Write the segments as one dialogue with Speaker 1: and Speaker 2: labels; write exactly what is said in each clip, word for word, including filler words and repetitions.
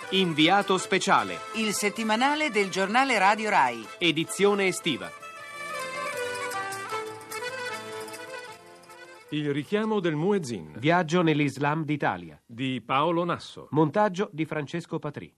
Speaker 1: Inviato speciale.
Speaker 2: Il settimanale del giornale Radio Rai.
Speaker 1: Edizione estiva.
Speaker 3: Il richiamo del Muezzin
Speaker 1: Viaggio nell'Islam d'Italia
Speaker 3: di Paolo Nasso.
Speaker 1: Montaggio di Francesco Patrì.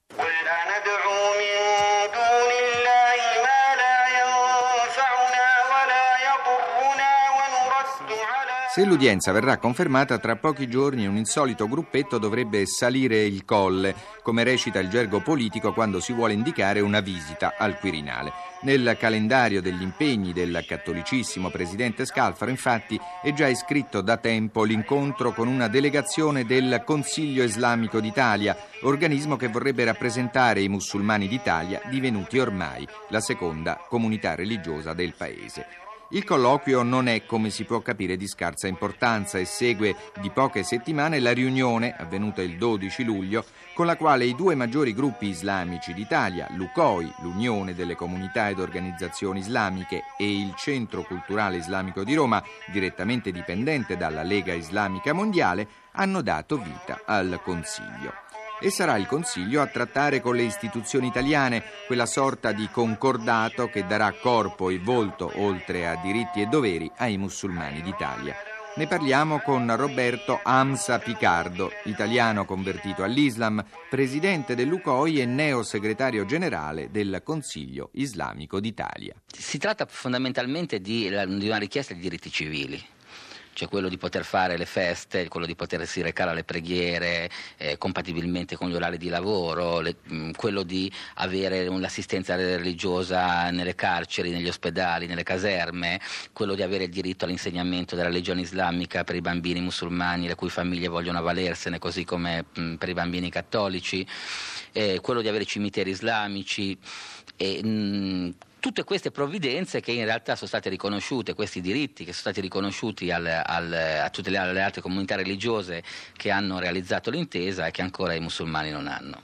Speaker 4: Se l'udienza verrà confermata, tra pochi giorni un insolito gruppetto dovrebbe salire il colle, come recita il gergo politico quando si vuole indicare una visita al Quirinale. Nel calendario degli impegni del cattolicissimo presidente Scalfaro, infatti, è già iscritto da tempo l'incontro con una delegazione del Consiglio Islamico d'Italia, organismo che vorrebbe rappresentare i musulmani d'Italia, divenuti ormai la seconda comunità religiosa del paese. Il colloquio non è, come si può capire, di scarsa importanza e segue di poche settimane la riunione, avvenuta il dodici luglio, con la quale i due maggiori gruppi islamici d'Italia, l'U C O I, l'Unione delle Comunità ed Organizzazioni Islamiche, e il Centro Culturale Islamico di Roma, direttamente dipendente dalla Lega Islamica Mondiale, hanno dato vita al Consiglio. E sarà il Consiglio a trattare con le istituzioni italiane quella sorta di concordato che darà corpo e volto, oltre a diritti e doveri, ai musulmani d'Italia. Ne parliamo con Roberto Amsa Picardo, italiano convertito all'Islam, presidente dell'U C O I e neo segretario generale del Consiglio Islamico d'Italia.
Speaker 5: Si tratta fondamentalmente di, di una richiesta di diritti civili. Cioè quello di poter fare le feste, quello di potersi recare alle preghiere eh, compatibilmente con gli orari di lavoro, le, mh, quello di avere un'assistenza religiosa nelle carceri, negli ospedali, nelle caserme, quello di avere il diritto all'insegnamento della religione islamica per i bambini musulmani le cui famiglie vogliono avvalersene, così come mh, per i bambini cattolici, eh, quello di avere cimiteri islamici e mh, tutte queste provvidenze che in realtà sono state riconosciute, questi diritti che sono stati riconosciuti al, al, a tutte le, le altre comunità religiose che hanno realizzato l'intesa e che ancora i musulmani non hanno.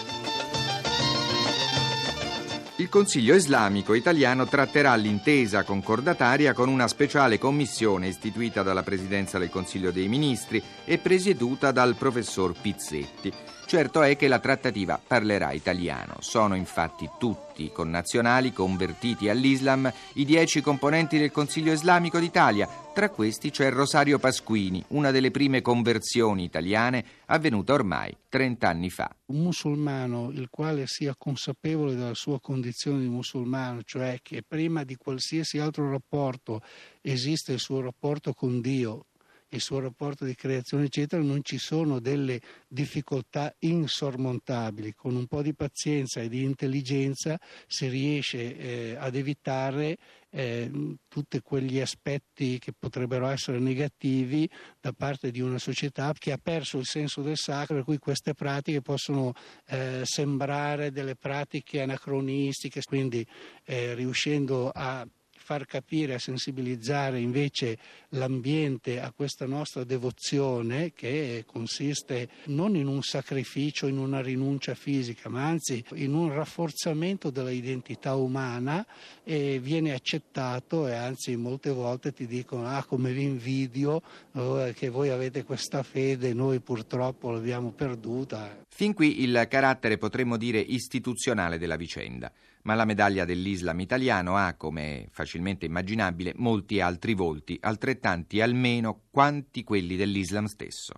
Speaker 4: Il Consiglio Islamico Italiano tratterà l'intesa concordataria con una speciale commissione istituita dalla Presidenza del Consiglio dei Ministri e presieduta dal professor Pizzetti. Certo è che la trattativa parlerà italiano. Sono infatti tutti connazionali convertiti all'Islam i dieci componenti del Consiglio Islamico d'Italia. Tra questi c'è Rosario Pasquini, una delle prime conversioni italiane avvenuta ormai trent'anni fa.
Speaker 6: Un musulmano il quale sia consapevole della sua condizione di musulmano, cioè che prima di qualsiasi altro rapporto esiste il suo rapporto con Dio, il suo rapporto di creazione eccetera, non ci sono delle difficoltà insormontabili. Con un po' di pazienza e di intelligenza si riesce eh, ad evitare eh, tutti quegli aspetti che potrebbero essere negativi da parte di una società che ha perso il senso del sacro, per cui queste pratiche possono eh, sembrare delle pratiche anacronistiche, quindi eh, riuscendo a far capire, a sensibilizzare invece l'ambiente a questa nostra devozione, che consiste non in un sacrificio, in una rinuncia fisica, ma anzi in un rafforzamento della identità umana, e viene accettato, e anzi molte volte ti dicono ah come vi invidio oh, che voi avete questa fede, noi purtroppo l'abbiamo perduta.
Speaker 4: Fin qui il carattere, potremmo dire, istituzionale della vicenda. Ma la medaglia dell'Islam italiano ha, come è facilmente immaginabile, molti altri volti, altrettanti almeno quanti quelli dell'Islam stesso.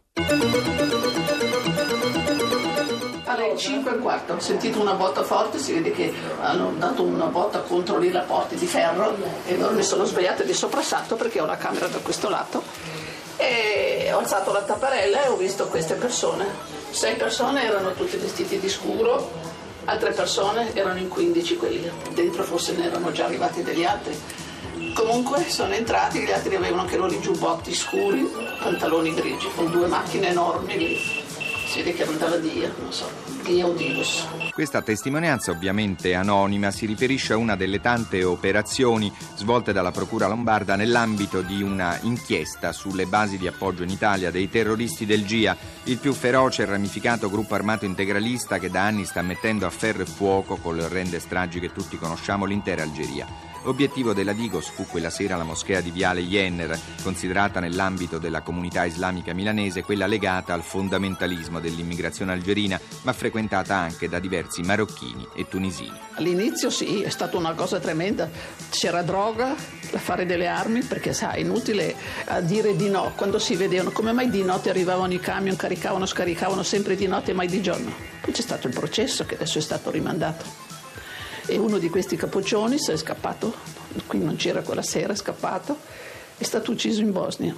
Speaker 7: Alle cinque e un quarto ho sentito una botta forte, si vede che hanno dato una botta contro i rapporti di ferro e allora mi sono svegliata di soprassalto perché ho la camera da questo lato e ho alzato la tapparella e ho visto queste persone. Sei persone erano tutti vestiti di scuro. Altre persone erano in quindici, quelli dentro forse ne erano già arrivati degli altri. Comunque sono entrati, gli altri avevano anche loro i giubbotti scuri, pantaloni grigi, con due macchine enormi lì. Si vede che andava Dio, non so, Dio o Dios.
Speaker 4: Questa testimonianza, ovviamente anonima, si riferisce a una delle tante operazioni svolte dalla Procura Lombarda nell'ambito di una inchiesta sulle basi di appoggio in Italia dei terroristi del G I A, il più feroce e ramificato gruppo armato integralista che da anni sta mettendo a ferro e fuoco, con le orrende stragi che tutti conosciamo, l'intera Algeria. Obiettivo della Digos fu quella sera la moschea di Viale Jenner, considerata nell'ambito della comunità islamica milanese quella legata al fondamentalismo dell'immigrazione algerina, ma frequentata anche da diversi marocchini e tunisini.
Speaker 7: All'inizio sì, è stata una cosa tremenda, c'era droga, l'affare delle armi, perché sai, è inutile a dire di no, quando si vedevano, come mai di notte arrivavano i camion, caricavano, scaricavano sempre di notte e mai di giorno. Poi c'è stato il processo che adesso è stato rimandato. E uno di questi capoccioni si è scappato, qui non c'era quella sera, è scappato, è stato ucciso in Bosnia.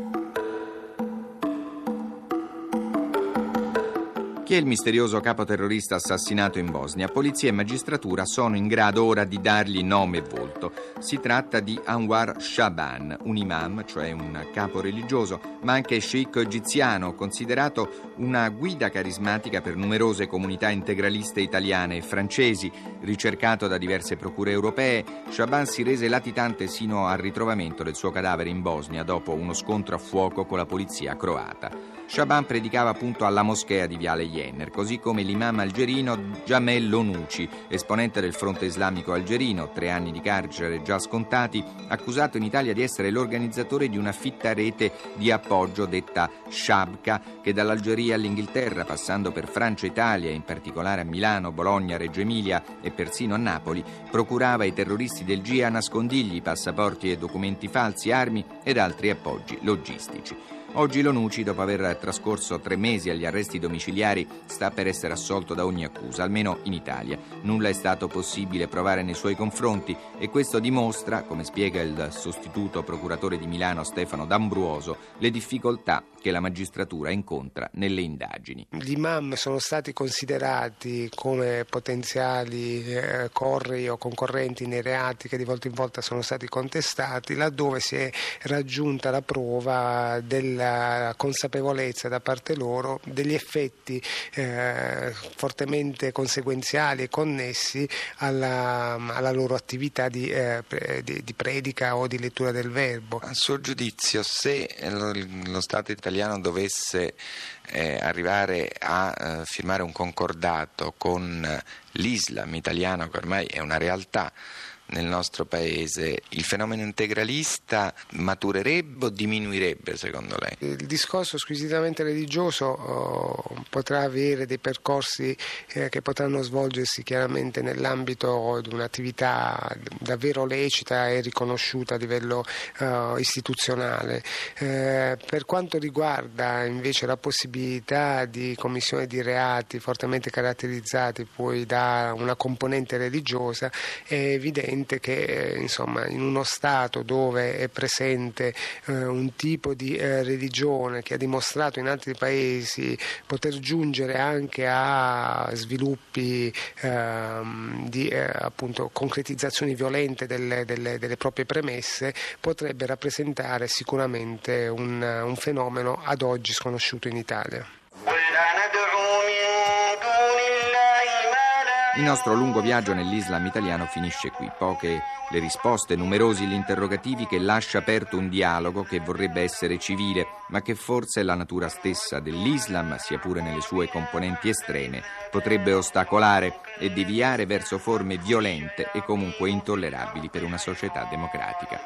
Speaker 4: Chi è il misterioso capo terrorista assassinato in Bosnia? Polizia e magistratura sono in grado ora di dargli nome e volto. Si tratta di Anwar Shaban, un imam, cioè un capo religioso, ma anche sceicco egiziano, considerato una guida carismatica per numerose comunità integraliste italiane e francesi. Ricercato da diverse procure europee, Shaban si rese latitante sino al ritrovamento del suo cadavere in Bosnia dopo uno scontro a fuoco con la polizia croata. Shaban predicava appunto alla moschea di Viale Jenner, così come l'imam algerino Jamel Lounuchi, esponente del fronte islamico algerino, tre anni di carcere già scontati, accusato in Italia di essere l'organizzatore di una fitta rete di appoggio detta Shabka, che dall'Algeria all'Inghilterra, passando per Francia e Italia, in particolare a Milano, Bologna, Reggio Emilia e persino a Napoli, procurava ai terroristi del G I A nascondigli, passaporti e documenti falsi, armi ed altri appoggi logistici. Oggi Lounuchi, dopo aver trascorso tre mesi agli arresti domiciliari, sta per essere assolto da ogni accusa, almeno in Italia. Nulla è stato possibile provare nei suoi confronti e questo dimostra, come spiega il sostituto procuratore di Milano Stefano D'Ambruoso, le difficoltà che la magistratura incontra nelle indagini.
Speaker 8: Gli imam sono stati considerati come potenziali eh, correi o concorrenti nei reati che di volta in volta sono stati contestati, laddove si è raggiunta la prova della consapevolezza da parte loro degli effetti eh, fortemente conseguenziali e connessi alla, alla loro attività di, eh, di, di predica o di lettura del verbo.
Speaker 9: A suo giudizio, se lo, lo Stato italiano dovesse eh, arrivare a eh, firmare un concordato con l'Islam italiano, che ormai è una realtà nel nostro paese, il fenomeno integralista maturerebbe o diminuirebbe secondo lei?
Speaker 8: Il discorso squisitamente religioso oh, potrà avere dei percorsi eh, che potranno svolgersi chiaramente nell'ambito di un'attività davvero lecita e riconosciuta a livello uh, istituzionale. Eh, per quanto riguarda invece la possibilità di commissione di reati fortemente caratterizzati poi da una componente religiosa, è evidente che insomma in uno Stato dove è presente eh, un tipo di eh, religione che ha dimostrato in altri paesi poter giungere anche a sviluppi eh, di eh, appunto concretizzazioni violente delle, delle, delle proprie premesse, potrebbe rappresentare sicuramente un, un fenomeno ad oggi sconosciuto in Italia.
Speaker 4: Il nostro lungo viaggio nell'Islam italiano finisce qui. Poche le risposte, numerosi gli interrogativi che lascia aperto un dialogo che vorrebbe essere civile, ma che forse la natura stessa dell'Islam, sia pure nelle sue componenti estreme, potrebbe ostacolare e deviare verso forme violente e comunque intollerabili per una società democratica.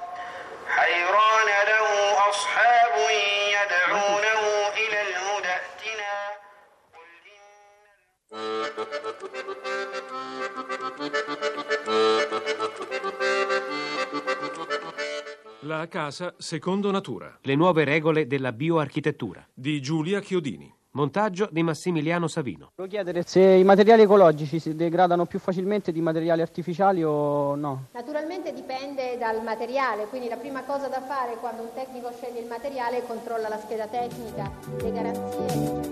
Speaker 3: La casa secondo natura
Speaker 1: Le nuove regole della bioarchitettura.
Speaker 3: di Giulia Chiodini.
Speaker 1: Montaggio di Massimiliano Savino.
Speaker 10: Volevo chiedere se i materiali ecologici si degradano più facilmente di materiali artificiali o no?
Speaker 11: Naturalmente dipende dal materiale, quindi la prima cosa da fare quando un tecnico sceglie il materiale è controlla la scheda tecnica, le garanzie.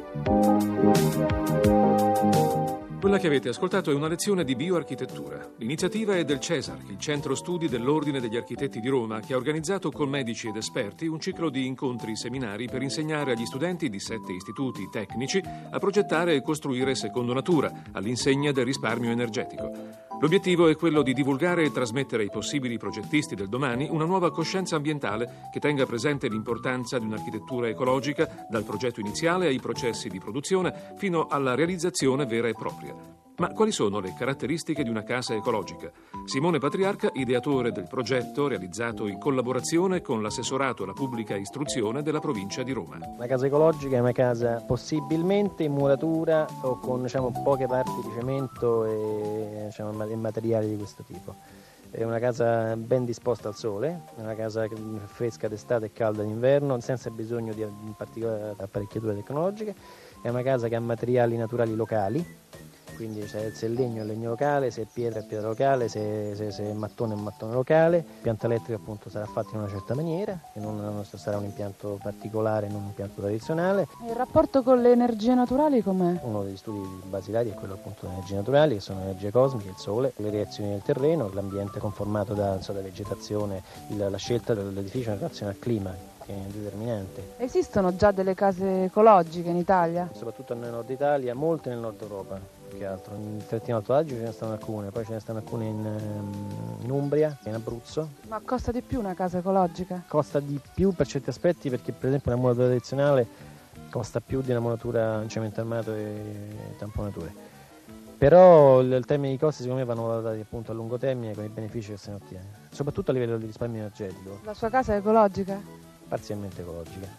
Speaker 3: Quella che avete ascoltato è una lezione di bioarchitettura. L'iniziativa è del CESAR, il Centro Studi dell'Ordine degli Architetti di Roma, che ha organizzato con medici ed esperti un ciclo di incontri seminari per insegnare agli studenti di sette istituti tecnici a progettare e costruire secondo natura, all'insegna del risparmio energetico. L'obiettivo è quello di divulgare e trasmettere ai possibili progettisti del domani una nuova coscienza ambientale che tenga presente l'importanza di un'architettura ecologica dal progetto iniziale ai processi di produzione fino alla realizzazione vera e propria. Ma quali sono le caratteristiche di una casa ecologica? Simone Patriarca, ideatore del progetto realizzato in collaborazione con l'assessorato alla pubblica istruzione della provincia di Roma.
Speaker 12: Una casa ecologica è una casa possibilmente in muratura o con diciamo, poche parti di cemento e, diciamo, materiali di questo tipo. È una casa ben disposta al sole, è una casa fresca d'estate e calda d'inverno, senza bisogno di particolari apparecchiature tecnologiche. È una casa che ha materiali naturali locali, quindi se è legno è legno locale, se è pietra è pietra locale, se, se, se è mattone è mattone locale. L'impianto elettrico appunto sarà fatto in una certa maniera, che non, non sarà un impianto particolare, non un impianto tradizionale.
Speaker 13: Il rapporto con le energie naturali com'è?
Speaker 12: Uno degli studi basilari è quello appunto delle energie naturali, che sono energie cosmiche, il sole, le reazioni del terreno, l'ambiente conformato da, so, da vegetazione, il, la scelta dell'edificio in relazione al clima, che è determinante.
Speaker 13: Esistono già delle case ecologiche in Italia?
Speaker 12: Soprattutto nel nord Italia, molte nel nord Europa. Che altro. In Trentino Alto Adige ce ne stanno alcune, poi ce ne stanno alcune in, in Umbria, in Abruzzo.
Speaker 13: Ma costa di più una casa ecologica?
Speaker 12: Costa di più per certi aspetti, perché per esempio una muratura tradizionale costa più di una muratura in cemento armato e tamponature. Però il, il termine dei costi secondo me vanno valutati appunto a lungo termine con i benefici che se ne ottiene, soprattutto a livello di risparmio energetico.
Speaker 13: La sua casa è ecologica?
Speaker 12: Parzialmente ecologica.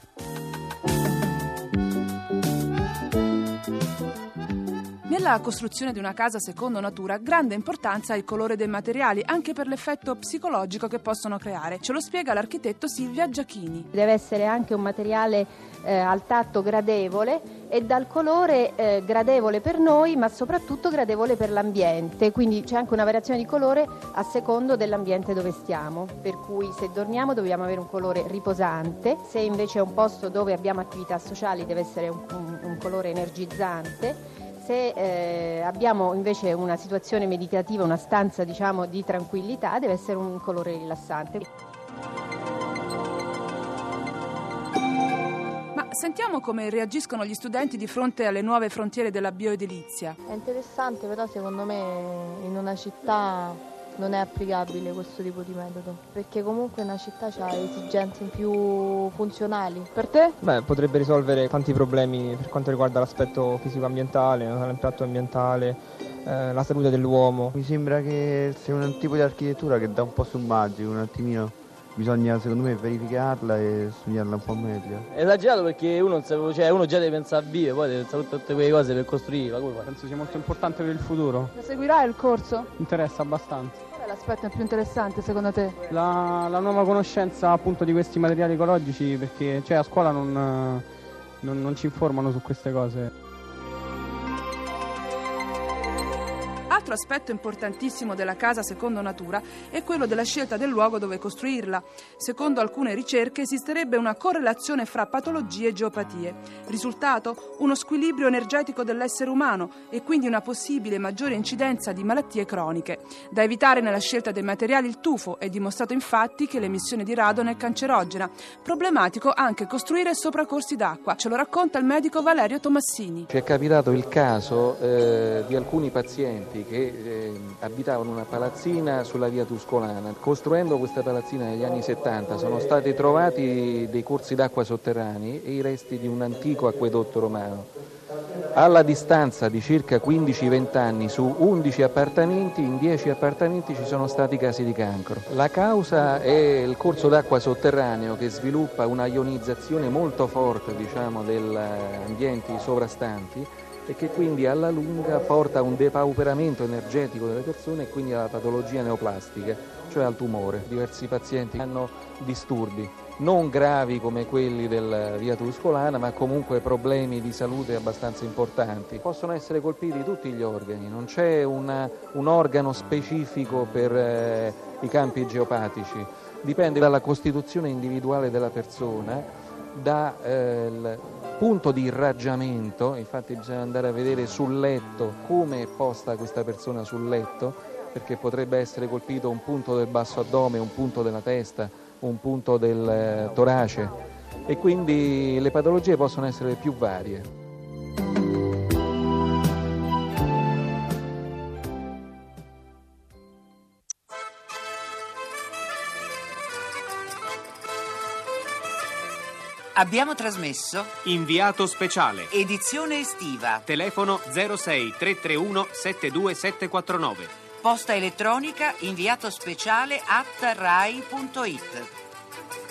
Speaker 13: Nella costruzione di una casa secondo natura, grande importanza ha il colore dei materiali, anche per l'effetto psicologico che possono creare. Ce lo spiega l'architetto Silvia Giachini.
Speaker 11: Deve essere anche un materiale eh, al tatto gradevole e dal colore eh, gradevole per noi, ma soprattutto gradevole per l'ambiente. Quindi c'è anche una variazione di colore a secondo dell'ambiente dove stiamo. Per cui se dormiamo dobbiamo avere un colore riposante, se invece è un posto dove abbiamo attività sociali deve essere un, un, un colore energizzante. Se eh, abbiamo invece una situazione meditativa, una stanza diciamo di tranquillità, deve essere un colore rilassante.
Speaker 13: Ma sentiamo come reagiscono gli studenti di fronte alle nuove frontiere della bioedilizia.
Speaker 14: È interessante, però secondo me in una città non è applicabile questo tipo di metodo, perché comunque una città ha esigenze più funzionali.
Speaker 13: Per te?
Speaker 10: Beh, potrebbe risolvere tanti problemi per quanto riguarda l'aspetto fisico-ambientale, l'impatto ambientale, eh, la salute dell'uomo.
Speaker 15: Mi sembra che sia un tipo di architettura che dà un po' sul magico, un attimino. Bisogna secondo me verificarla e studiarla un po' meglio.
Speaker 16: È esagerato perché uno, cioè, uno già deve pensare a vivere, poi deve pensare a tutte quelle cose per costruire.
Speaker 10: Penso sia molto importante per il futuro.
Speaker 13: Lo seguirai il corso?
Speaker 10: Interessa abbastanza.
Speaker 13: Qual è l'aspetto più interessante secondo te?
Speaker 10: La, la nuova conoscenza appunto di questi materiali ecologici, perché cioè, a scuola non, non, non ci informano su queste cose.
Speaker 13: Altro aspetto importantissimo della casa secondo natura è quello della scelta del luogo dove costruirla. Secondo alcune ricerche esisterebbe una correlazione fra patologie e geopatie. Risultato? Uno squilibrio energetico dell'essere umano e quindi una possibile maggiore incidenza di malattie croniche. Da evitare nella scelta dei materiali il tufo, è dimostrato infatti che l'emissione di radone è cancerogena. Problematico anche costruire sopra corsi d'acqua. Ce lo racconta il medico Valerio Tomassini.
Speaker 17: Ci è capitato il caso eh, di alcuni pazienti che eh, abitavano una palazzina sulla via Tuscolana. Costruendo questa palazzina negli anni settanta sono stati trovati dei corsi d'acqua sotterranei e i resti di un antico acquedotto romano. Alla distanza di circa quindici venti anni, su undici appartamenti, in dieci appartamenti ci sono stati casi di cancro. La causa è il corso d'acqua sotterraneo che sviluppa una ionizzazione molto forte, diciamo, degli ambienti sovrastanti, e che quindi alla lunga porta a un depauperamento energetico delle persone e quindi alla patologia neoplastica, cioè al tumore. Diversi pazienti hanno disturbi, non gravi come quelli della via Tuscolana, ma comunque problemi di salute abbastanza importanti. Possono essere colpiti tutti gli organi, non c'è una, un organo specifico per eh, i campi geopatici, dipende dalla costituzione individuale della persona, da eh, il punto di irraggiamento. Infatti bisogna andare a vedere sul letto come è posta questa persona sul letto, perché potrebbe essere colpito un punto del basso addome, un punto della testa, un punto del eh, torace, e quindi le patologie possono essere più varie.
Speaker 2: Abbiamo trasmesso
Speaker 1: Inviato speciale.
Speaker 2: edizione estiva.
Speaker 1: Telefono zero sei tre tre uno sette due sette quattro nove.
Speaker 2: Posta elettronica inviato speciale at rai punto it.